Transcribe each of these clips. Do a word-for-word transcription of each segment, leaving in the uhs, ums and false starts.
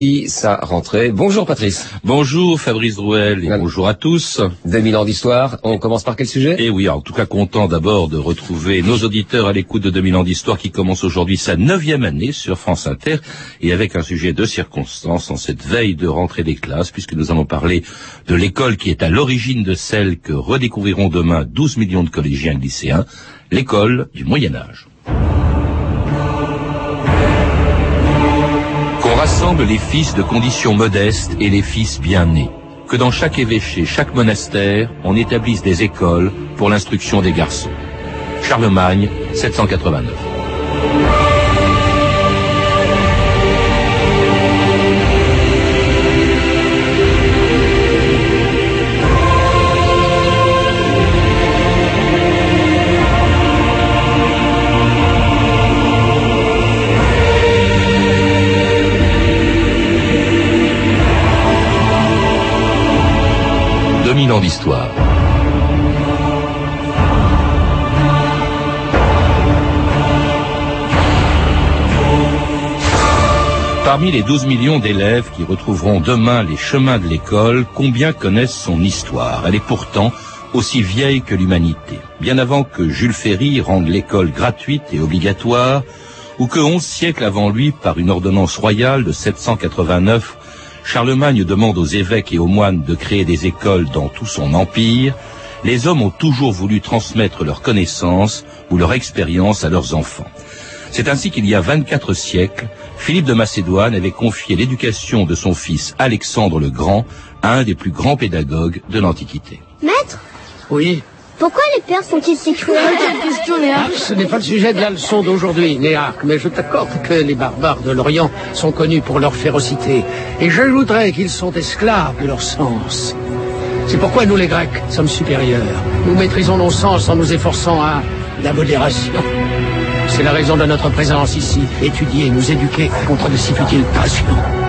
sa rentrée. Bonjour Patrice. Bonjour Fabrice Drouel et La... bonjour à tous. deux mille ans d'histoire, on commence par quel sujet? Eh oui, en tout cas content d'abord de retrouver nos auditeurs à l'écoute de deux mille ans d'histoire qui commence aujourd'hui sa neuvième année sur France Inter et avec un sujet de circonstance en cette veille de rentrée des classes puisque nous allons parler de l'école qui est à l'origine de celle que redécouvriront demain douze millions de collégiens et de lycéens, l'école du Moyen-Âge. Rassemble les fils de conditions modestes et les fils bien nés. Que dans chaque évêché, chaque monastère, on établisse des écoles pour l'instruction des garçons. Charlemagne, sept cent quatre-vingt-neuf. deux mille ans d'histoire. Parmi les douze millions d'élèves qui retrouveront demain les chemins de l'école, combien connaissent son histoire? Elle est pourtant aussi vieille que l'humanité. Bien avant que Jules Ferry rende l'école gratuite et obligatoire, ou que onze siècles avant lui, par une ordonnance royale de sept cent quatre-vingt-neuf, Charlemagne demande aux évêques et aux moines de créer des écoles dans tout son empire, les hommes ont toujours voulu transmettre leurs connaissances ou leur expérience à leurs enfants. C'est ainsi qu'il y a vingt-quatre siècles, Philippe de Macédoine avait confié l'éducation de son fils Alexandre le Grand à un des plus grands pédagogues de l'Antiquité. Maître ? Oui. Pourquoi les pères sont-ils si cruels? Quelle question, Néarque? Ce n'est pas le sujet de la leçon d'aujourd'hui, Néarque, mais je t'accorde que les barbares de l'Orient sont connus pour leur férocité. Et j'ajouterais qu'ils sont esclaves de leur sens. C'est pourquoi nous, les Grecs, sommes supérieurs. Nous maîtrisons nos sens en nous efforçant à la modération. C'est la raison de notre présence ici, étudier, nous éduquer contre de si futiles passions.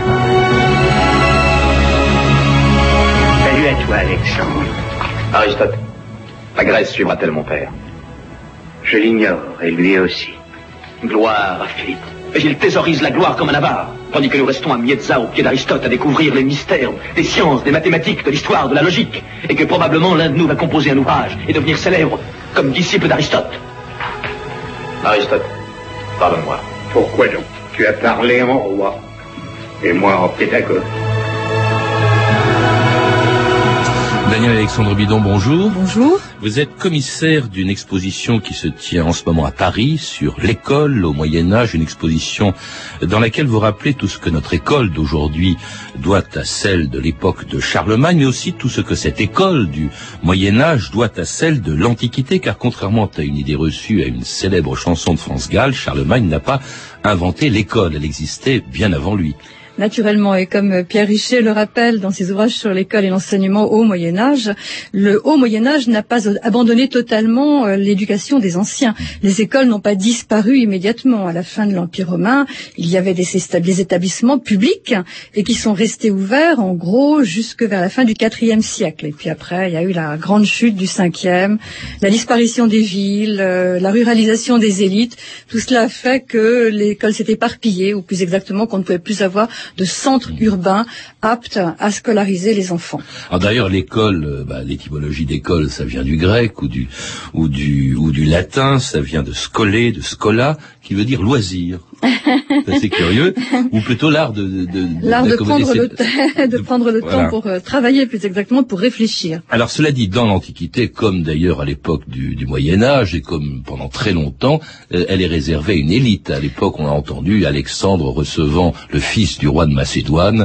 Salut à toi, Alexandre. Aristote. La Grèce suivra-t-elle mon père? Je l'ignore, et lui aussi. Gloire à Philippe. Et il thésaurise la gloire comme un avare, tandis que nous restons à Miezza, au pied d'Aristote, à découvrir les mystères des sciences, des mathématiques, de l'histoire, de la logique, et que probablement l'un de nous va composer un ouvrage et devenir célèbre comme disciple d'Aristote. Aristote, pardonne-moi. Pourquoi donc? Tu as parlé en roi, et moi en pédagogue. Daniel Alexandre Bidon, bonjour. Bonjour. Vous êtes commissaire d'une exposition qui se tient en ce moment à Paris sur l'école au Moyen-Âge, une exposition dans laquelle vous rappelez tout ce que notre école d'aujourd'hui doit à celle de l'époque de Charlemagne, mais aussi tout ce que cette école du Moyen-Âge doit à celle de l'Antiquité, car contrairement à une idée reçue, à une célèbre chanson de France Gall, Charlemagne n'a pas inventé l'école, elle existait bien avant lui. Naturellement, et comme Pierre Richer le rappelle dans ses ouvrages sur l'école et l'enseignement au Moyen-Âge, le haut Moyen-Âge n'a pas abandonné totalement l'éducation des anciens. Les écoles n'ont pas disparu immédiatement. À la fin de l'Empire romain, il y avait des, des établissements publics et qui sont restés ouverts, en gros, jusque vers la fin du quatrième siècle. Et puis après, il y a eu la grande chute du cinquième, la disparition des villes, la ruralisation des élites. Tout cela a fait que l'école s'est éparpillée, ou plus exactement qu'on ne pouvait plus avoir de centres urbains aptes à scolariser les enfants. Alors d'ailleurs, l'école, bah, l'étymologie d'école, ça vient du grec ou du ou du ou du latin, ça vient de scolé, de scola, qui veut dire loisir. C'est assez curieux, ou plutôt l'art de, de, de l'art de, de prendre le, t- de prendre le voilà. temps pour euh, travailler, plus exactement pour réfléchir. Alors cela dit, dans l'Antiquité, comme d'ailleurs à l'époque du, du Moyen Âge et comme pendant très longtemps, euh, elle est réservée à une élite. À l'époque, on a entendu Alexandre recevant le fils du roi de Macédoine,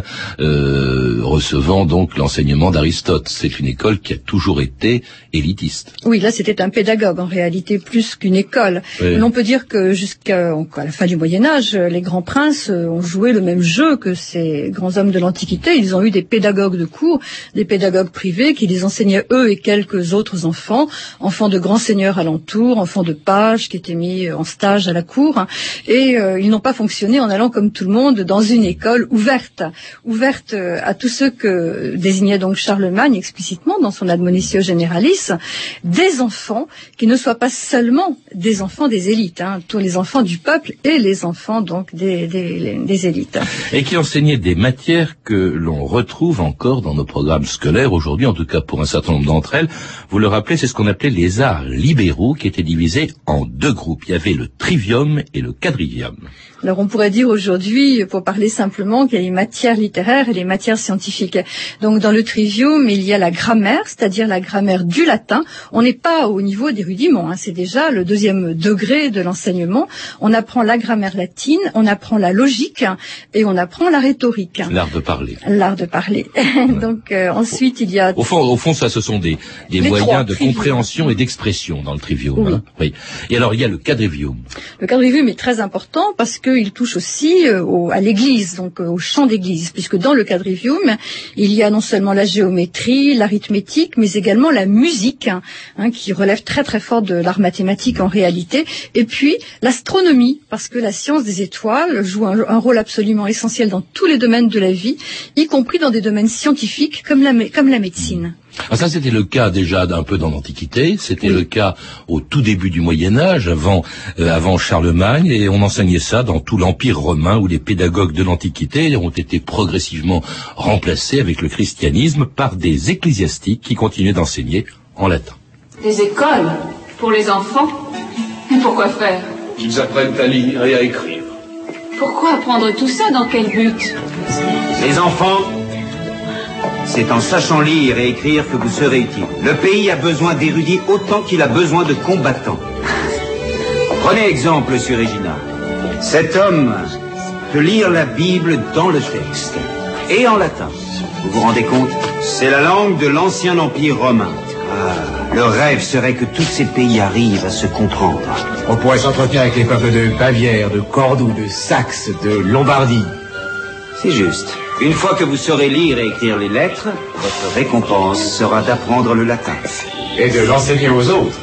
euh, recevant donc l'enseignement d'Aristote. C'est une école qui a toujours été élitiste. Oui, là c'était un pédagogue en réalité plus qu'une école. Oui. L'on peut dire que jusqu'à à la fin du Moyen Âge, les grands princes ont joué le même jeu que ces grands hommes de l'Antiquité. Ils ont eu des pédagogues de cour, des pédagogues privés qui les enseignaient eux et quelques autres enfants, enfants de grands seigneurs alentours, enfants de pages qui étaient mis en stage à la cour. Et euh, ils n'ont pas fonctionné en allant comme tout le monde dans une école ouverte, ouverte à tous ceux que désignait donc Charlemagne explicitement dans son Admonitio Generalis, des enfants qui ne soient pas seulement des enfants des élites. Hein. Tous les enfants enfants du peuple et les enfants donc des, des, des élites. Et qui enseignait des matières que l'on retrouve encore dans nos programmes scolaires aujourd'hui, en tout cas pour un certain nombre d'entre elles. Vous le rappelez, c'est ce qu'on appelait les arts libéraux, qui étaient divisés en deux groupes. Il y avait le trivium et le quadrivium. Alors on pourrait dire aujourd'hui, pour parler simplement, qu'il y a les matières littéraires et les matières scientifiques. Donc dans le trivium, il y a la grammaire, c'est-à-dire la grammaire du latin. On n'est pas au niveau des rudiments, hein, c'est déjà le deuxième degré de l'enseignement. On apprend la grammaire latine, on apprend la logique et on apprend la rhétorique. L'art de parler. L'art de parler. Donc euh, ensuite il y a... Au fond, au fond ça ce sont des, des moyens de trivium. Compréhension et d'expression dans le trivium. Oui. Hein. Oui. Et alors il y a le quadrivium. Le quadrivium est très important parce que il touche aussi euh, au, à l'église, donc euh, au chant d'église, puisque dans le quadrivium, il y a non seulement la géométrie, l'arithmétique, mais également la musique, hein, hein, qui relève très très fort de l'art mathématique en réalité, et puis l'astronomie, parce que la science des étoiles joue un, un rôle absolument essentiel dans tous les domaines de la vie, y compris dans des domaines scientifiques comme la, comme la médecine. Ah, ça, c'était le cas déjà d'un peu dans l'Antiquité, c'était oui. le cas au tout début du Moyen-Âge, avant, euh, avant Charlemagne, et on enseignait ça dans tout l'Empire romain, où les pédagogues de l'Antiquité ont été progressivement remplacés avec le christianisme par des ecclésiastiques qui continuaient d'enseigner en latin. Des écoles pour les enfants? Et pourquoi faire? Qu'ils apprennent à lire et à écrire. Pourquoi apprendre tout ça? Dans quel but? Les enfants, c'est en sachant lire et écrire que vous serez utile. Le pays a besoin d'érudits autant qu'il a besoin de combattants. Prenez exemple sur Régina. Cet homme peut lire la Bible dans le texte et en latin. Vous vous rendez compte? C'est la langue de l'ancien empire romain. Ah, le rêve serait que tous ces pays arrivent à se comprendre. On pourrait s'entretenir avec les peuples de Bavière, de Cordoue, de Saxe, de Lombardie. C'est juste. Une fois que vous saurez lire et écrire les lettres, votre récompense sera d'apprendre le latin. Et de l'enseigner aux autres.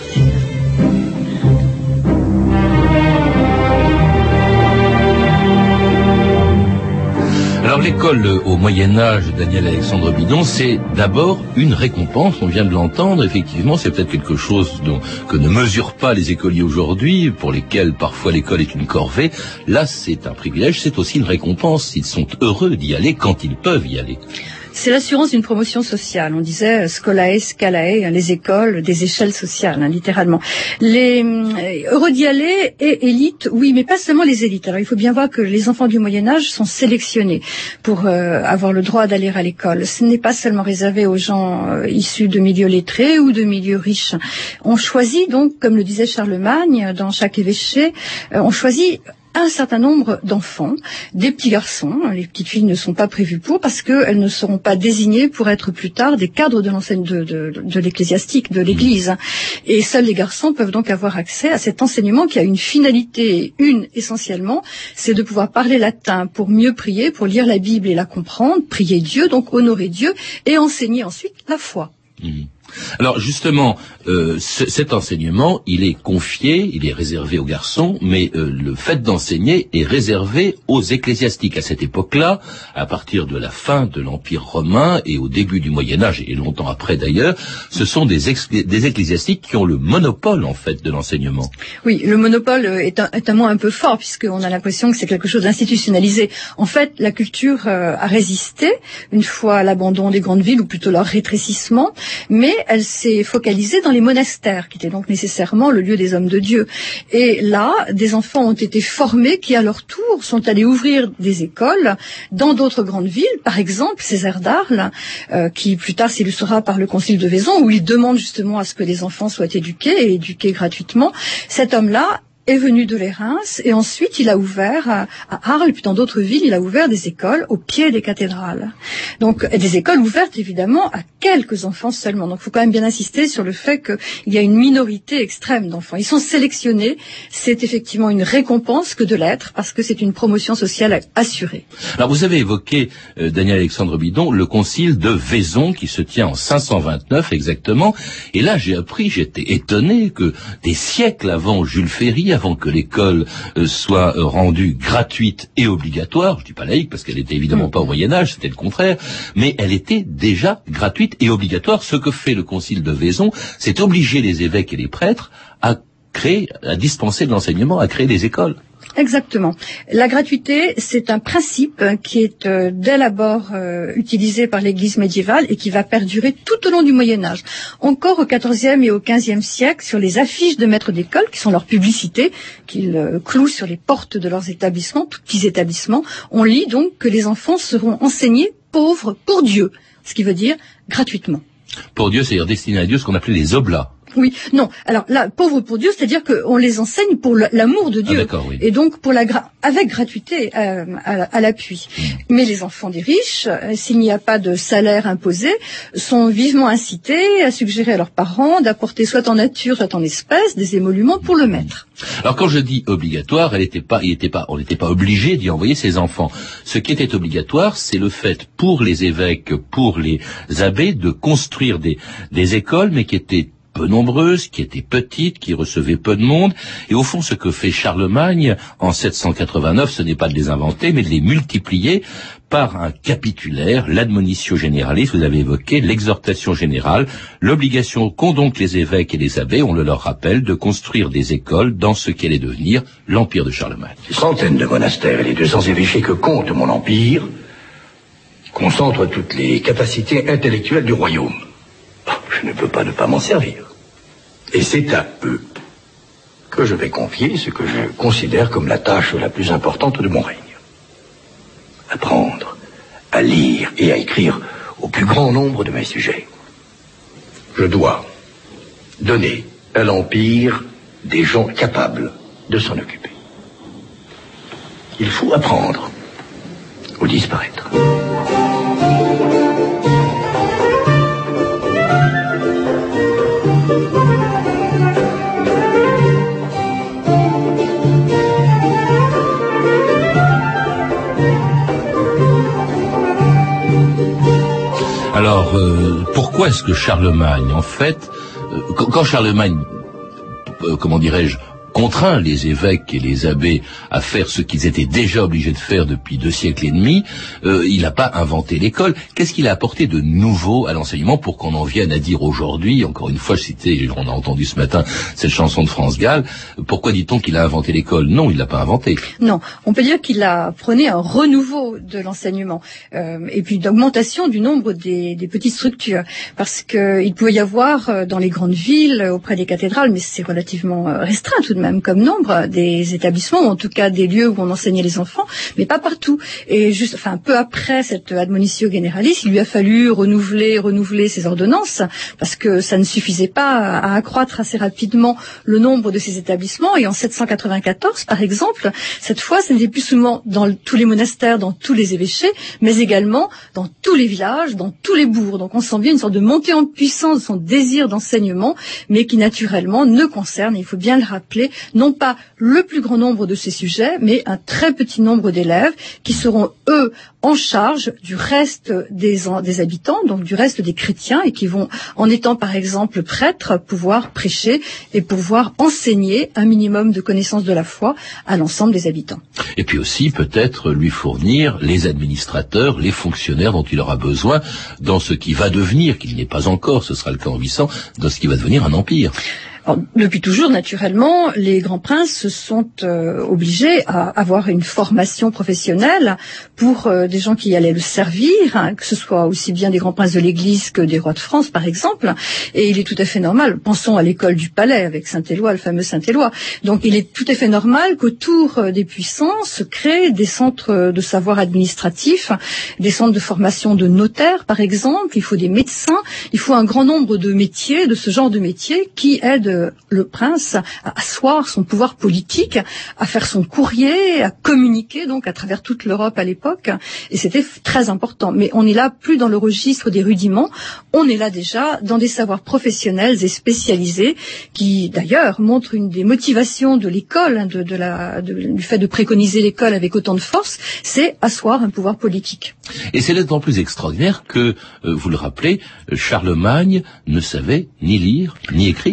Alors l'école au Moyen-Âge, Daniel Alexandre Bidon, c'est d'abord une récompense, on vient de l'entendre, effectivement c'est peut-être quelque chose dont, que ne mesurent pas les écoliers aujourd'hui, pour lesquels parfois l'école est une corvée. Là c'est un privilège, c'est aussi une récompense, ils sont heureux d'y aller quand ils peuvent y aller. C'est l'assurance d'une promotion sociale. On disait scolae, scalae, les écoles, des échelles sociales, hein, littéralement. Les euh, heureux d'y aller et élites, oui, mais pas seulement les élites. Alors il faut bien voir que les enfants du Moyen-Âge sont sélectionnés pour euh, avoir le droit d'aller à l'école. Ce n'est pas seulement réservé aux gens euh, issus de milieux lettrés ou de milieux riches. On choisit donc, comme le disait Charlemagne, dans chaque évêché, euh, on choisit un certain nombre d'enfants, des petits garçons, les petites filles ne sont pas prévues pour, parce qu'elles ne seront pas désignées pour être plus tard des cadres de l'enseigne de, de, de l'ecclésiastique, de l'Église. Et seuls les garçons peuvent donc avoir accès à cet enseignement qui a une finalité, une essentiellement, c'est de pouvoir parler latin pour mieux prier, pour lire la Bible et la comprendre, prier Dieu, donc honorer Dieu, et enseigner ensuite la foi. Mmh. Alors justement, euh, ce, cet enseignement, il est confié, il est réservé aux garçons, mais euh, le fait d'enseigner est réservé aux ecclésiastiques. À cette époque-là, à partir de la fin de l'Empire romain et au début du Moyen-Âge, et longtemps après d'ailleurs, ce sont des, ex- des ecclésiastiques qui ont le monopole en fait de l'enseignement. Oui, le monopole est un, est un mot un peu fort, puisqu'on a l'impression que c'est quelque chose d'institutionnalisé. En fait, la culture euh, a résisté, une fois l'abandon des grandes villes, ou plutôt leur rétrécissement, mais elle s'est focalisée dans les monastères, qui étaient donc nécessairement le lieu des hommes de Dieu. Et là, des enfants ont été formés qui, à leur tour, sont allés ouvrir des écoles dans d'autres grandes villes, par exemple Césaire d'Arles, euh, qui plus tard s'illustrera par le concile de Vaison, où il demande justement à ce que les enfants soient éduqués, et éduqués gratuitement. Cet homme-là est venu de Lérins, et ensuite il a ouvert à, à Arles, puis dans d'autres villes, il a ouvert des écoles au pied des cathédrales. Donc des écoles ouvertes évidemment à quelques enfants seulement. Donc il faut quand même bien insister sur le fait qu'il y a une minorité extrême d'enfants. Ils sont sélectionnés, c'est effectivement une récompense que de l'être, parce que c'est une promotion sociale assurée. Alors vous avez évoqué, euh, Daniel Alexandre Bidon, le concile de Vaison qui se tient en cinq cent vingt-neuf exactement, et là j'ai appris, j'étais étonné que des siècles avant Jules Ferry, avant que l'école euh, soit euh, rendue gratuite et obligatoire, je dis pas laïque parce qu'elle était évidemment pas au Moyen-Âge, c'était le contraire, mais elle était déjà gratuite et obligatoire. Ce que fait le concile de Vaison, c'est obliger les évêques et les prêtres à créer, à dispenser de l'enseignement, à créer des écoles. Exactement. La gratuité, c'est un principe qui est euh, dès l'abord euh, utilisé par l'Église médiévale et qui va perdurer tout au long du Moyen-Âge. Encore au quatorzième et au quinzième siècle, sur les affiches de maîtres d'école, qui sont leurs publicités, qu'ils euh, clouent sur les portes de leurs établissements, tout petits établissements, on lit donc que les enfants seront enseignés pauvres pour Dieu, ce qui veut dire gratuitement. Pour Dieu, c'est-à-dire destiné à Dieu, ce qu'on appelait les oblats. Oui, non. Alors là, pauvres pour Dieu, c'est-à-dire qu'on les enseigne pour l'amour de Dieu, ah, oui. et donc pour la gra- avec gratuité euh, à, à l'appui. Mmh. Mais les enfants des riches, euh, s'il n'y a pas de salaire imposé, sont vivement incités à suggérer à leurs parents d'apporter soit en nature, soit en espèces des émoluments pour le maître. Alors quand je dis obligatoire, elle était pas, il était pas, on n'était pas obligé d'y envoyer ses enfants. Ce qui était obligatoire, c'est le fait pour les évêques, pour les abbés, de construire des, des écoles, mais qui étaient peu nombreuses, qui étaient petites, qui recevaient peu de monde. Et au fond, ce que fait Charlemagne en sept cent quatre-vingt-neuf, ce n'est pas de les inventer, mais de les multiplier par un capitulaire, l'admonitio generalis, vous avez évoqué, l'exhortation générale, l'obligation qu'ont donc les évêques et les abbés, on le leur rappelle, de construire des écoles dans ce qu'allait devenir l'empire de Charlemagne. Les centaines de monastères et les deux cents évêchés que compte mon empire concentrent toutes les capacités intellectuelles du royaume. Je ne peux pas ne pas m'en servir. Et c'est à eux que je vais confier ce que je considère comme la tâche la plus importante de mon règne. Apprendre à lire et à écrire au plus grand nombre de mes sujets. Je dois donner à l'Empire des gens capables de s'en occuper. Il faut apprendre ou disparaître. Alors, euh, pourquoi est-ce que Charlemagne, en fait, euh, quand, quand Charlemagne, euh, comment dirais-je, contraint les évêques et les abbés à faire ce qu'ils étaient déjà obligés de faire depuis deux siècles et demi, euh, il n'a pas inventé l'école. Qu'est-ce qu'il a apporté de nouveau à l'enseignement pour qu'on en vienne à dire aujourd'hui, encore une fois je citais, on a entendu ce matin cette chanson de France Gall, pourquoi dit-on qu'il a inventé l'école? Non, il l'a pas inventé. Non, on peut dire qu'il a prôné un renouveau de l'enseignement euh, et puis d'augmentation du nombre des, des petites structures, parce qu'il pouvait y avoir dans les grandes villes, auprès des cathédrales, mais c'est relativement restreint tout de même, même comme nombre des établissements, ou en tout cas des lieux où on enseignait les enfants, mais pas partout. Et juste, enfin, peu après cette admonitio generalis, il lui a fallu renouveler, renouveler ses ordonnances, parce que ça ne suffisait pas à accroître assez rapidement le nombre de ces établissements. Et en sept cent quatre-vingt-quatorze, par exemple, cette fois, ce n'était plus seulement dans tous les monastères, dans tous les évêchés, mais également dans tous les villages, dans tous les bourgs. Donc on sent bien une sorte de montée en puissance de son désir d'enseignement, mais qui naturellement ne concerne, il faut bien le rappeler, non pas le plus grand nombre de ces sujets, mais un très petit nombre d'élèves qui seront, eux, en charge du reste des, des habitants, donc du reste des chrétiens, et qui vont, en étant par exemple prêtres, pouvoir prêcher et pouvoir enseigner un minimum de connaissances de la foi à l'ensemble des habitants. Et puis aussi peut-être lui fournir les administrateurs, les fonctionnaires dont il aura besoin dans ce qui va devenir, qu'il n'est pas encore, ce sera le cas en huit cents, dans ce qui va devenir un empire. Alors, depuis toujours, naturellement, les grands princes se sont euh, obligés à avoir une formation professionnelle pour euh, des gens qui allaient le servir, hein, que ce soit aussi bien des grands princes de l'Église que des rois de France, par exemple. Et il est tout à fait normal, pensons à l'école du palais avec Saint-Éloi, le fameux Saint-Éloi. Donc il est tout à fait normal qu'autour euh, des puissants se créent des centres de savoir administratifs, des centres de formation de notaires, par exemple. Il faut des médecins, il faut un grand nombre de métiers, de ce genre de métiers, qui aident le prince à asseoir son pouvoir politique, à faire son courrier, à communiquer donc à travers toute l'Europe à l'époque, et c'était très important. Mais on est là plus dans le registre des rudiments, on est là déjà dans des savoirs professionnels et spécialisés, qui d'ailleurs montrent une des motivations de l'école, de, de la, de, du fait de préconiser l'école avec autant de force, c'est asseoir un pouvoir politique. Et c'est d'autant plus extraordinaire que, euh, vous le rappelez, Charlemagne ne savait ni lire ni écrire. Alors, je,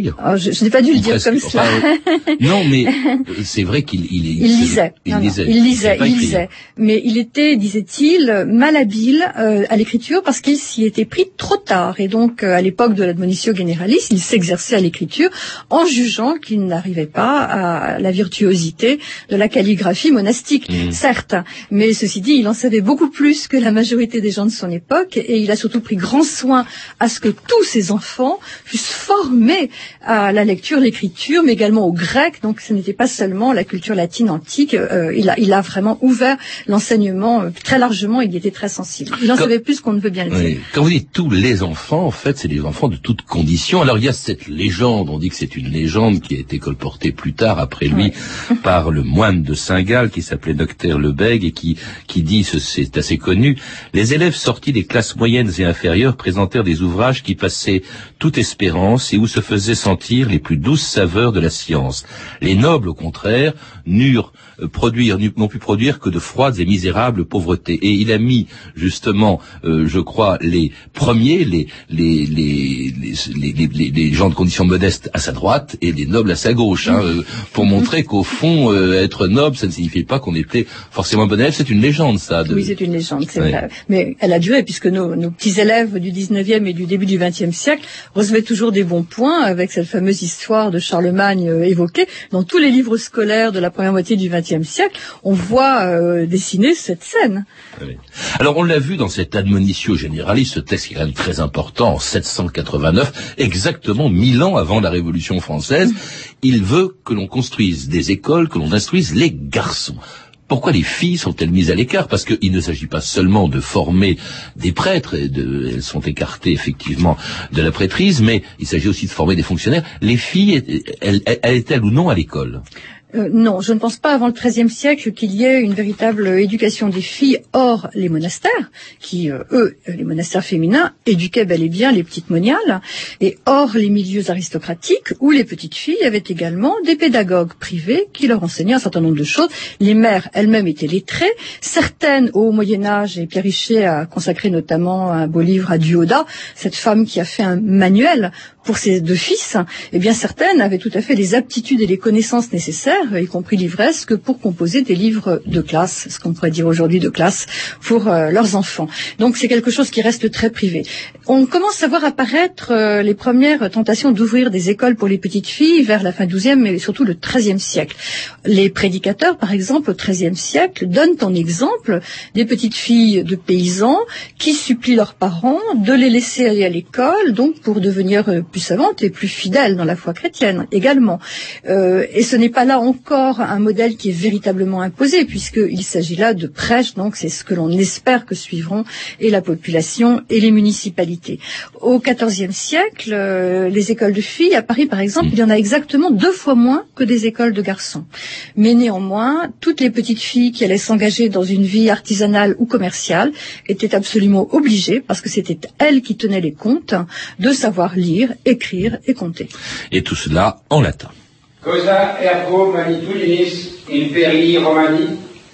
je, je n'ai pas dû le dire presque, comme cela. Enfin, euh, non, mais c'est vrai qu'il il, il, il lisait. Il non, lisait. Non, il lisait, il, il lisait. Mais il était, disait-il, malhabile euh, à l'écriture parce qu'il s'y était pris trop tard. Et donc, euh, à l'époque de l'admonitio generalis, il s'exerçait à l'écriture en jugeant qu'il n'arrivait pas à la virtuosité de la calligraphie monastique, mmh. certes. Mais ceci dit, il en savait beaucoup plus que la majorité des gens de son époque et il a surtout pris grand soin à ce que tous ses enfants fussent formés à la lecture, l'écriture, mais également au grec. Donc, ce n'était pas seulement la culture latine antique. Euh, il a, il a vraiment ouvert l'enseignement euh, très largement. Il y était très sensible. Il en Quand, savait plus qu'on ne veut bien le dire. Oui. Quand vous dites tous les enfants, en fait, c'est des enfants de toutes conditions. Alors, il y a cette légende. On dit que c'est une légende qui a été colportée plus tard, après lui, oui. par le moine de Saint-Gall qui s'appelait Noctaire le Bègue et qui, qui dit, c'est assez connu, les élèves sortis des classes moyennes et inférieures présentèrent des ouvrages qui passaient toute espérance et où se faisaient sentir les plus douces saveurs de la science. Les nobles, au contraire, n'eurent euh, produire, n'ont pu produire que de froides et misérables pauvretés. Et il a mis, justement, euh, je crois, les premiers, les, les, les, les, les, les, les gens de conditions modestes à sa droite et les nobles à sa gauche, hein, euh, pour montrer qu'au fond, euh, être noble, ça ne signifiait pas qu'on était forcément bon élève. C'est une légende, ça. De... Oui, c'est une légende, c'est ouais. vrai. Mais elle a duré, puisque nos, nos petits élèves du dix-neuvième et du début du vingtième siècle recevaient toujours des bons points avec cette fameuse histoire de Charlemagne euh, évoquée. Dans tous les livres scolaires de la première moitié du vingtième siècle, on voit euh, dessiner cette scène. Oui. Alors, on l'a vu dans cet Admonitio Generalis, ce texte qui est quand même très important, en sept cent quatre-vingt-neuf, exactement mille ans avant la Révolution française. Mmh. Il veut que l'on construise des écoles, que l'on instruise les garçons. Pourquoi les filles sont-elles mises à l'écart? Parce qu'il ne s'agit pas seulement de former des prêtres, et de, elles sont écartées effectivement de la prêtrise, mais il s'agit aussi de former des fonctionnaires. Les filles, elles, elles, elles étaient-elles ou non à l'école? Euh, non, je ne pense pas avant le treizième siècle qu'il y ait une véritable éducation des filles hors les monastères, qui, euh, eux, les monastères féminins, éduquaient bel et bien les petites moniales, et hors les milieux aristocratiques, où les petites filles avaient également des pédagogues privés qui leur enseignaient un certain nombre de choses. Les mères elles-mêmes étaient lettrées, certaines au Moyen-Âge, et Pierre Richer a consacré notamment un beau livre à Duoda, cette femme qui a fait un manuel pour ses deux fils, eh bien certaines avaient tout à fait les aptitudes et les connaissances nécessaires, y compris livresques, pour composer des livres de classe, ce qu'on pourrait dire aujourd'hui de classe, pour euh, leurs enfants. Donc c'est quelque chose qui reste très privé. On commence à voir apparaître euh, les premières tentations d'ouvrir des écoles pour les petites filles vers la fin douzième, mais surtout le treizième siècle. Les prédicateurs, par exemple, au treizième siècle, donnent en exemple des petites filles de paysans qui supplient leurs parents de les laisser aller à l'école, donc pour devenir euh, plus savantes et plus fidèles dans la foi chrétienne également. Euh, et ce n'est pas là encore un modèle qui est véritablement imposé, puisqu'il s'agit là de prêches, donc c'est ce que l'on espère que suivront et la population et les municipalités. Au quatorzième siècle, euh, les écoles de filles, à Paris par exemple, il y en a exactement deux fois moins que des écoles de garçons. Mais néanmoins, toutes les petites filles qui allaient s'engager dans une vie artisanale ou commerciale étaient absolument obligées, parce que c'était elles qui tenaient les comptes, de savoir lire, écrire et compter. Et tout cela en latin. Cosa ergo manitudinis imperii Romani,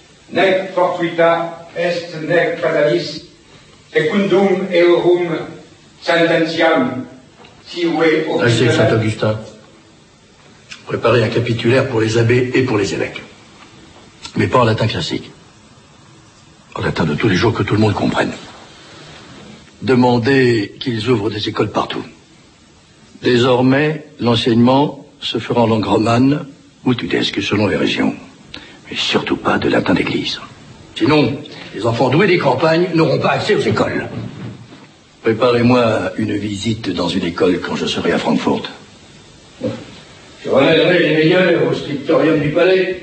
nec fortuita est nec fatalis, secundum eorum sententiam sive Assez Saint-Augustin. Préparez un capitulaire pour les abbés et pour les évêques. Mais pas en latin classique. En latin de tous les jours que tout le monde comprenne. Demandez qu'ils ouvrent des écoles partout. Désormais, l'enseignement se fera en langue romane ou tudesque selon les régions. Mais surtout pas de latin d'église. Sinon, les enfants doués des campagnes n'auront pas accès aux écoles. Préparez-moi une visite dans une école quand je serai à Francfort. Je relèverai les meilleurs au scriptorium du palais.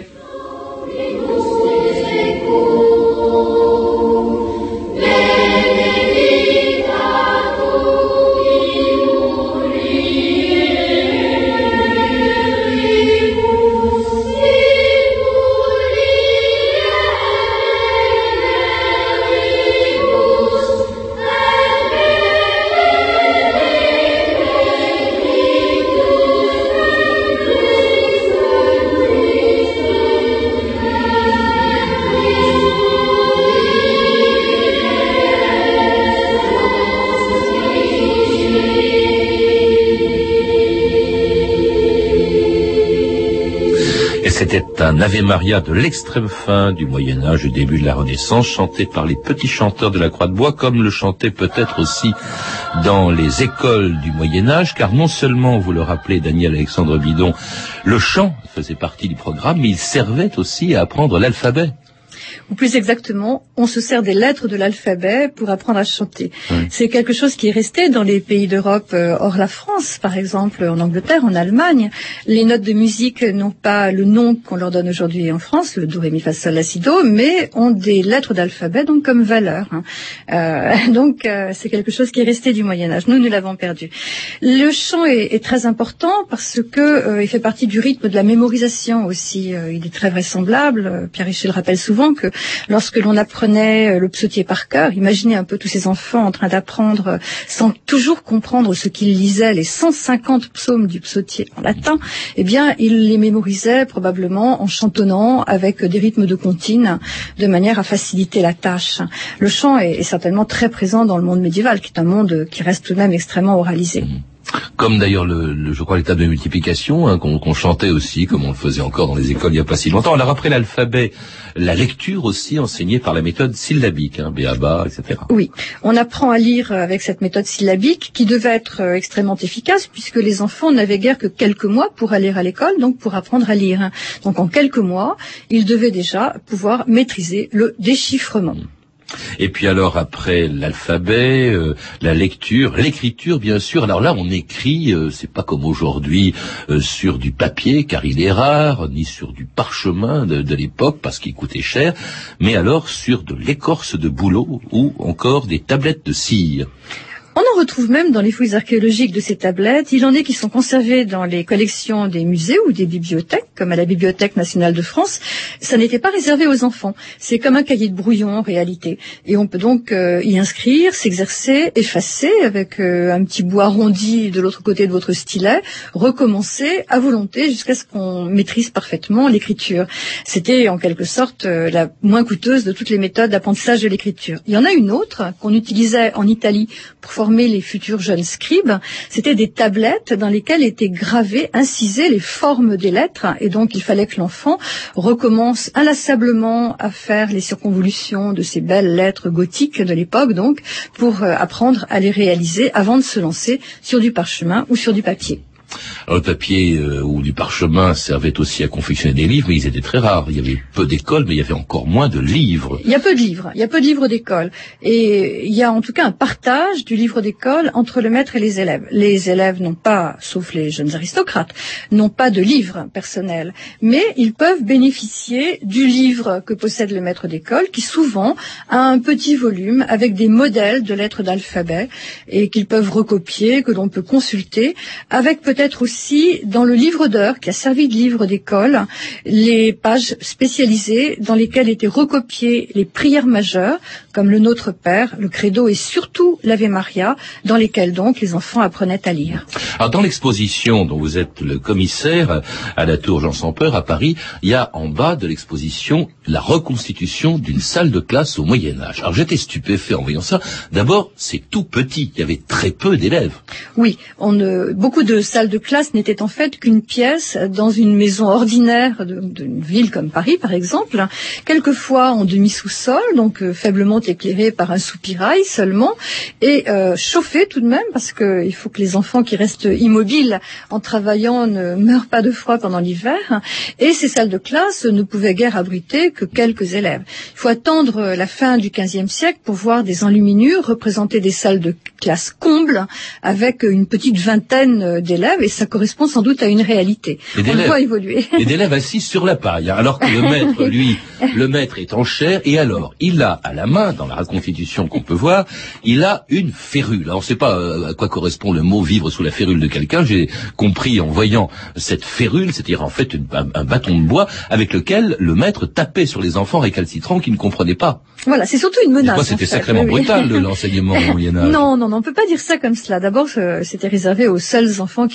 c'était un Ave Maria de l'extrême fin du Moyen-Âge, du début de la Renaissance, chanté par les petits chanteurs de la Croix de Bois, comme le chantaient peut-être aussi dans les écoles du Moyen-Âge, car non seulement, vous le rappelez, Daniel Alexandre Bidon, le chant faisait partie du programme, mais il servait aussi à apprendre l'alphabet. Ou plus exactement, on se sert des lettres de l'alphabet pour apprendre à chanter. Oui. C'est quelque chose qui est resté dans les pays d'Europe euh, hors la France, par exemple en Angleterre, en Allemagne. Les notes de musique n'ont pas le nom qu'on leur donne aujourd'hui en France, le do, ré, mi, fa, sol, la, si, do, mais ont des lettres d'alphabet donc comme valeur. Hein. Euh, donc euh, c'est quelque chose qui est resté du Moyen-Âge. Nous, nous l'avons perdu. Le chant est, est très important parce que euh, il fait partie du rythme de la mémorisation aussi. Euh, il est très vraisemblable. Pierre Richer le rappelle souvent que lorsque l'on apprenait le psautier par cœur, imaginez un peu tous ces enfants en train d'apprendre sans toujours comprendre ce qu'ils lisaient, les cent cinquante psaumes du psautier en latin, eh bien, ils les mémorisaient probablement en chantonnant avec des rythmes de comptines, de manière à faciliter la tâche. Le chant est, est certainement très présent dans le monde médiéval, qui est un monde qui reste tout de même extrêmement oralisé. Mmh. Comme d'ailleurs, le, le, je crois, l'étape de multiplication, hein, qu'on, qu'on chantait aussi, comme on le faisait encore dans les écoles il n'y a pas si longtemps. Alors après l'alphabet, la lecture aussi enseignée par la méthode syllabique, hein, B A B A, et cetera. Oui, on apprend à lire avec cette méthode syllabique qui devait être euh, extrêmement efficace puisque les enfants n'avaient guère que quelques mois pour aller à l'école, donc pour apprendre à lire. Donc en quelques mois, ils devaient déjà pouvoir maîtriser le déchiffrement. Et puis alors après l'alphabet, euh, la lecture, l'écriture bien sûr. Alors là on écrit, euh, c'est pas comme aujourd'hui euh, sur du papier car il est rare, ni sur du parchemin de, de l'époque parce qu'il coûtait cher, mais alors sur de l'écorce de bouleau ou encore des tablettes de cire. On en retrouve même dans les fouilles archéologiques de ces tablettes. Il en est qui sont conservées dans les collections des musées ou des bibliothèques, comme à la Bibliothèque nationale de France. Ça n'était pas réservé aux enfants. C'est comme un cahier de brouillon en réalité. Et on peut donc euh, y inscrire, s'exercer, effacer avec euh, un petit bout arrondi de l'autre côté de votre stylet, recommencer à volonté jusqu'à ce qu'on maîtrise parfaitement l'écriture. C'était en quelque sorte euh, la moins coûteuse de toutes les méthodes d'apprentissage de l'écriture. Il y en a une autre qu'on utilisait en Italie pour former les futurs jeunes scribes, c'était des tablettes dans lesquelles étaient gravées, incisées les formes des lettres, et donc il fallait que l'enfant recommence inlassablement à faire les circonvolutions de ces belles lettres gothiques de l'époque, donc, pour apprendre à les réaliser avant de se lancer sur du parchemin ou sur du papier. Le papier euh, ou du parchemin servait aussi à confectionner des livres, mais ils étaient très rares. Il y avait peu d'écoles, mais il y avait encore moins de livres. Il y a peu de livres, il y a peu de livres d'école. Et il y a en tout cas un partage du livre d'école entre le maître et les élèves. Les élèves n'ont pas, sauf les jeunes aristocrates, n'ont pas de livre personnel, mais ils peuvent bénéficier du livre que possède le maître d'école, qui souvent a un petit volume avec des modèles de lettres d'alphabet et qu'ils peuvent recopier, que l'on peut consulter, avec peut-être aussi dans le livre d'heures qui a servi de livre d'école, les pages spécialisées dans lesquelles étaient recopiées les prières majeures, comme le Notre Père, le Credo et surtout l'Ave Maria, dans lesquelles donc les enfants apprenaient à lire. Alors dans l'exposition dont vous êtes le commissaire à la Tour Jean sans Peur à Paris, il y a en bas de l'exposition la reconstitution d'une salle de classe au Moyen-Âge. Alors j'étais stupéfait en voyant ça. D'abord, c'est tout petit, il y avait très peu d'élèves. Oui, on, euh, beaucoup de salles de classe n'était en fait qu'une pièce dans une maison ordinaire d'une ville comme Paris, par exemple, quelquefois en demi-sous-sol, donc euh, faiblement éclairée par un soupirail seulement, et euh, chauffée tout de même, parce qu'il faut que les enfants qui restent immobiles en travaillant ne meurent pas de froid pendant l'hiver, et ces salles de classe ne pouvaient guère abriter que quelques élèves. Il faut attendre la fin du quinzième siècle pour voir des enluminures représenter des salles de classe combles, avec une petite vingtaine d'élèves, et ça correspond sans doute à une réalité. On le voit évoluer. Et d'élèves assis sur la paille, alors que le maître, lui, le maître est en chair, et alors, il a à la main, dans la reconstitution qu'on peut voir, il a une férule. Alors, on ne sait pas à quoi correspond le mot vivre sous la férule de quelqu'un. J'ai compris en voyant cette férule, c'est-à-dire en fait une, un, un bâton de bois avec lequel le maître tapait sur les enfants récalcitrants qui ne comprenaient pas. Voilà, c'est surtout une menace. Moi, c'était sacrément oui, brutal, oui. l'enseignement au Moyen-Âge. Non, non, non, on ne peut pas dire ça comme cela. D'abord, c'était réservé aux seuls enfants qui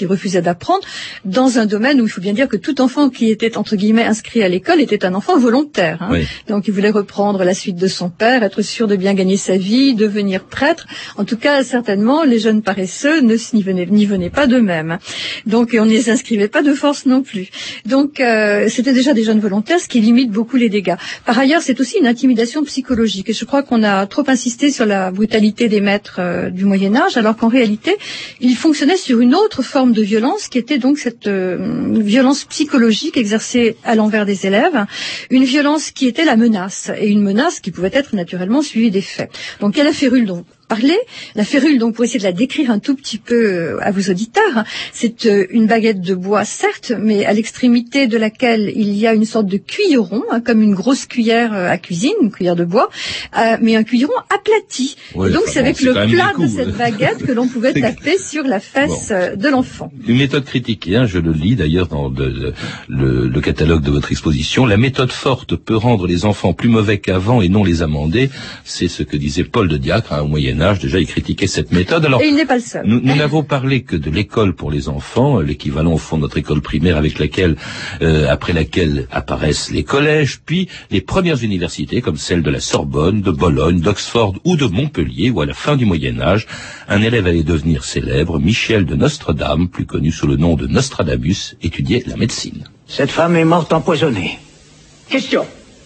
refusaient d'apprendre, dans un domaine où il faut bien dire que tout enfant qui était, entre guillemets, inscrit à l'école était un enfant volontaire. Hein. Oui. Donc il voulait reprendre la suite de son père, être sûr de bien gagner sa vie, devenir prêtre. En tout cas, certainement, les jeunes paresseux ne n'y venaient, n'y venaient pas d'eux-mêmes. Donc on ne les inscrivait pas de force non plus. Donc euh, c'était déjà des jeunes volontaires, ce qui limite beaucoup les dégâts. Par ailleurs, c'est aussi une intimidation psychologique. Et je crois qu'on a trop insisté sur la brutalité des maîtres euh, du Moyen-Âge, alors qu'en réalité, ils fonctionnaient sur une autre forme de violence, qui était donc cette euh, violence psychologique exercée à l'envers des élèves, une violence qui était la menace, et une menace qui pouvait être naturellement suivie des faits. Donc il y a la férule dont parler. La férule, donc, pour essayer de la décrire un tout petit peu à vos auditeurs, c'est une baguette de bois, certes, mais à l'extrémité de laquelle il y a une sorte de cuilleron, hein, comme une grosse cuillère à cuisine, une cuillère de bois, euh, mais un cuilleron aplati. Ouais, et donc, enfin, c'est avec bon, le c'est plat coups, de cette baguette que l'on pouvait taper sur la fesse bon. de l'enfant. Une méthode critiquée, hein, je le lis d'ailleurs dans de, de, le, le catalogue de votre exposition. La méthode forte peut rendre les enfants plus mauvais qu'avant et non les amender. C'est ce que disait Paul de Diacre, hein, au Moyen Âge. Déjà, il critiquait cette méthode. Alors, et il n'est pas le seul. Nous, nous n'avons parlé que de l'école pour les enfants, l'équivalent au fond de notre école primaire, avec laquelle, euh, après laquelle apparaissent les collèges, puis les premières universités, comme celles de la Sorbonne, de Bologne, d'Oxford ou de Montpellier, où à la fin du Moyen Âge, un élève allait devenir célèbre. Michel de Nostredame, plus connu sous le nom de Nostradamus, étudiait la médecine. Cette femme est morte empoisonnée. Question.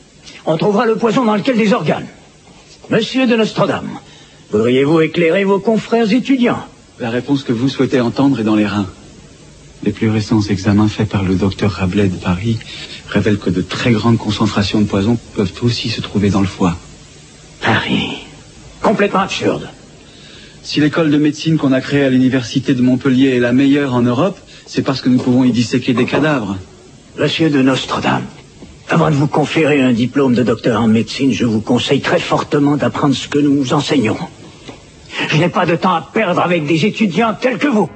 On trouvera le poison dans lequel des organes. Monsieur de Nostredame, voudriez-vous éclairer vos confrères étudiants? La réponse que vous souhaitez entendre est dans les reins. Les plus récents examens faits par le docteur Rabelais de Paris révèlent que de très grandes concentrations de poison peuvent aussi se trouver dans le foie. Paris. Complètement absurde. Si l'école de médecine qu'on a créée à l'université de Montpellier est la meilleure en Europe, c'est parce que nous pouvons y disséquer des cadavres. Monsieur de Nostredame, avant de vous conférer un diplôme de docteur en médecine, je vous conseille très fortement d'apprendre ce que nous nous enseignons. Je n'ai pas de temps à perdre avec des étudiants tels que vous.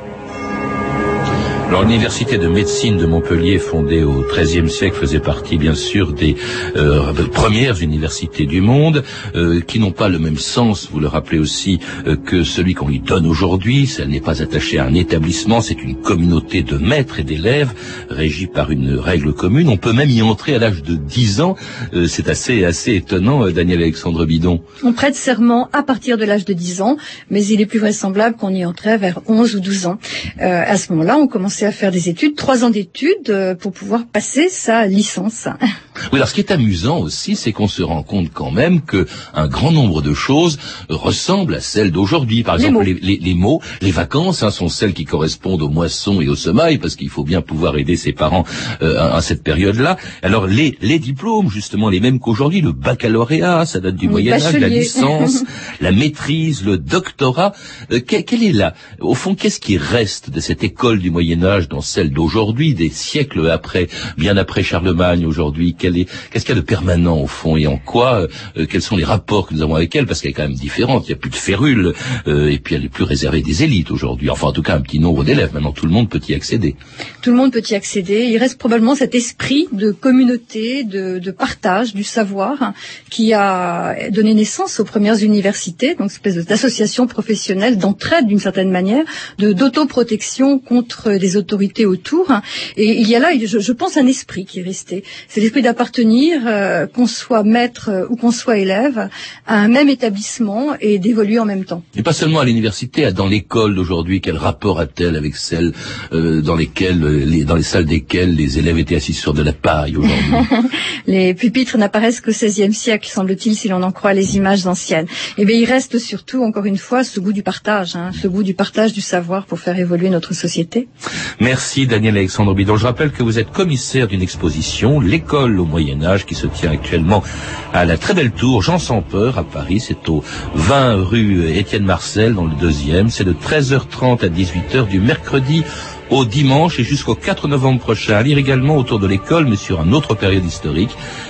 Alors, l'université de médecine de Montpellier, fondée au treizième siècle, faisait partie, bien sûr, des euh, premières universités du monde, euh, qui n'ont pas le même sens, vous le rappelez aussi, euh, que celui qu'on lui donne aujourd'hui. Elle n'est pas attachée à un établissement, c'est une communauté de maîtres et d'élèves, régie par une règle commune. On peut même y entrer à l'âge de dix ans. Euh, c'est assez, assez étonnant, euh, Daniel Alexandre Bidon. On prête serment à partir de l'âge de dix ans, mais il est plus vraisemblable qu'on y entrait vers onze ou douze ans. Euh, à ce moment-là, on commençait à faire des études, trois ans d'études euh, pour pouvoir passer sa licence. Oui, alors ce qui est amusant aussi, c'est qu'on se rend compte quand même que un grand nombre de choses ressemblent à celles d'aujourd'hui. Par exemple, les mots, les, les, les, mots, les vacances hein, sont celles qui correspondent aux moissons et aux semailles, parce qu'il faut bien pouvoir aider ses parents euh, à, à cette période-là. Alors les, les diplômes, justement, les mêmes qu'aujourd'hui, le baccalauréat, ça date du oui, Moyen-Âge, la licence, la maîtrise, le doctorat. Euh, quel, quel est là, au fond, qu'est-ce qui reste de cette école du Moyen-Âge dans celle d'aujourd'hui, des siècles après, bien après Charlemagne aujourd'hui? Quel est, qu'est-ce qu'il y a de permanent au fond et en quoi, euh, quels sont les rapports que nous avons avec elle? Parce qu'elle est quand même différente, il n'y a plus de férule, euh, et puis elle est plus réservée des élites aujourd'hui. Enfin, en tout cas, un petit nombre d'élèves. Maintenant, tout le monde peut y accéder. Tout le monde peut y accéder. Il reste probablement cet esprit de communauté, de, de partage du savoir qui a donné naissance aux premières universités, donc une espèce d'association professionnelle, d'entraide d'une certaine manière, de d'autoprotection contre des autorités autour. Et il y a là, je, je pense, un esprit qui est resté. C'est l'esprit d'appartenir, euh, qu'on soit maître euh, ou qu'on soit élève, à un même établissement et d'évoluer en même temps. Et pas seulement à l'université, dans l'école d'aujourd'hui, quel rapport a-t-elle avec celle euh, dans lesquelles, les, dans les salles desquelles les élèves étaient assis sur de la paille aujourd'hui? Les pupitres n'apparaissent qu'au seizième siècle, semble-t-il, si l'on en croit les images anciennes. Et bien, il reste surtout, encore une fois, ce goût du partage, hein, ce goût du partage du savoir pour faire évoluer notre société. Merci Daniel Alexandre Bidon. Je rappelle que vous êtes commissaire d'une exposition, l'école au Moyen-Âge, qui se tient actuellement à la très belle tour Jean sans peur à Paris. C'est au vingt rue Étienne Marcel, dans le deuxième. C'est de treize heures trente à dix-huit heures du mercredi au dimanche et jusqu'au quatre novembre prochain. À lire également autour de l'école, mais sur une autre période historique.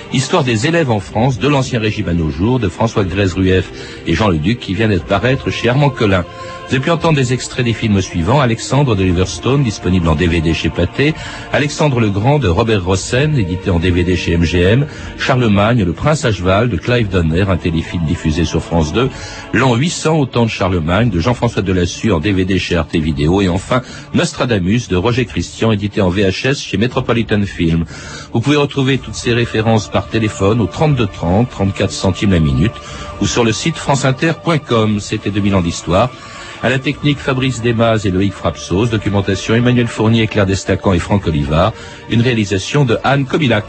Histoire des élèves en France, de l'Ancien Régime à nos jours, de François Grèze-Rueff et Jean Leduc, qui vient d'être paraître chez Armand Collin. Vous avez pu entendre des extraits des films suivants: Alexandre de Liverstone, disponible en D V D chez Pathé; Alexandre le Grand de Robert Rossen, édité en D V D chez M G M; Charlemagne, le Prince à cheval de Clive Donner, un téléfilm diffusé sur France deux; L'an huit cents au temps de Charlemagne de Jean-François Delassus en D V D chez Arte Vidéo; et enfin Nostradamus de Roger Christian, édité en V H S chez Metropolitan Film. Vous pouvez retrouver toutes ces références par téléphone au trente-deux trente, trente-quatre centimes la minute, ou sur le site franceinter point com. C'était deux mille ans d'histoire. À la technique, Fabrice Desmaz et Loïc Frapsos. Documentation, Emmanuel Fournier, Claire Destacan et Franck Olivard. Une réalisation de Anne Kobilac.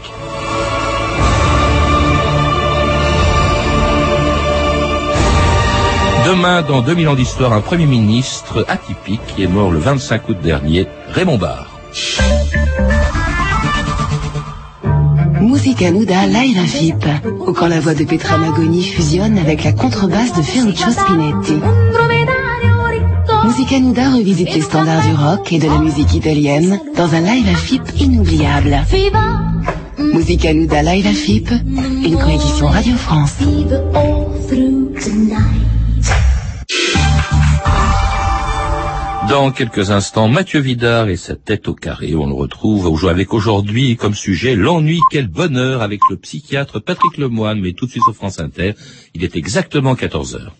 Demain, dans deux mille ans d'histoire, un Premier ministre atypique qui est mort le vingt-cinq août dernier, Raymond Barre. Musica Nuda live à F I P, ou quand la voix de Petra Magoni fusionne avec la contrebasse de Ferruccio Spinetti. Musica Nuda revisite les standards du rock et de la musique italienne dans un live à F I P inoubliable. Musica Nuda live à F I P, une coédition Radio France. Dans quelques instants, Mathieu Vidard et sa tête au carré. On le retrouve avec aujourd'hui comme sujet l'ennui, quel bonheur, avec le psychiatre Patrick Lemoine. Mais tout de suite sur France Inter, il est exactement quatorze heures.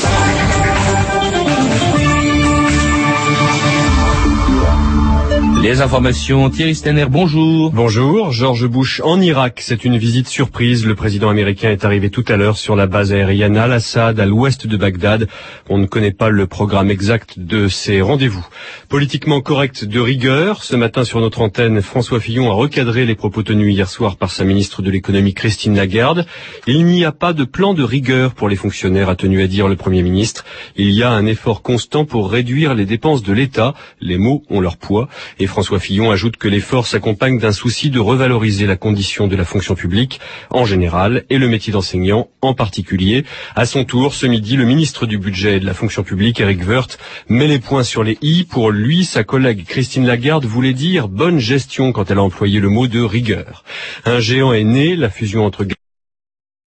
Les informations, Thierry Stenner, bonjour. Bonjour, George Bush en Irak, c'est une visite surprise. Le président américain est arrivé tout à l'heure sur la base aérienne Al-Assad, à l'ouest de Bagdad. On ne connaît pas le programme exact de ces rendez-vous. Politiquement correct de rigueur, ce matin sur notre antenne, François Fillon a recadré les propos tenus hier soir par sa ministre de l'économie Christine Lagarde. Il n'y a pas de plan de rigueur pour les fonctionnaires, a tenu à dire le Premier ministre. Il y a un effort constant pour réduire les dépenses de l'État. Les mots ont leur poids. Et François Fillon ajoute que l'effort s'accompagne d'un souci de revaloriser la condition de la fonction publique en général et le métier d'enseignant en particulier. À son tour, ce midi, le ministre du Budget et de la fonction publique, Éric Woerth, met les points sur les i. Pour lui, sa collègue Christine Lagarde voulait dire bonne gestion quand elle a employé le mot de rigueur. Un géant est né, la fusion entre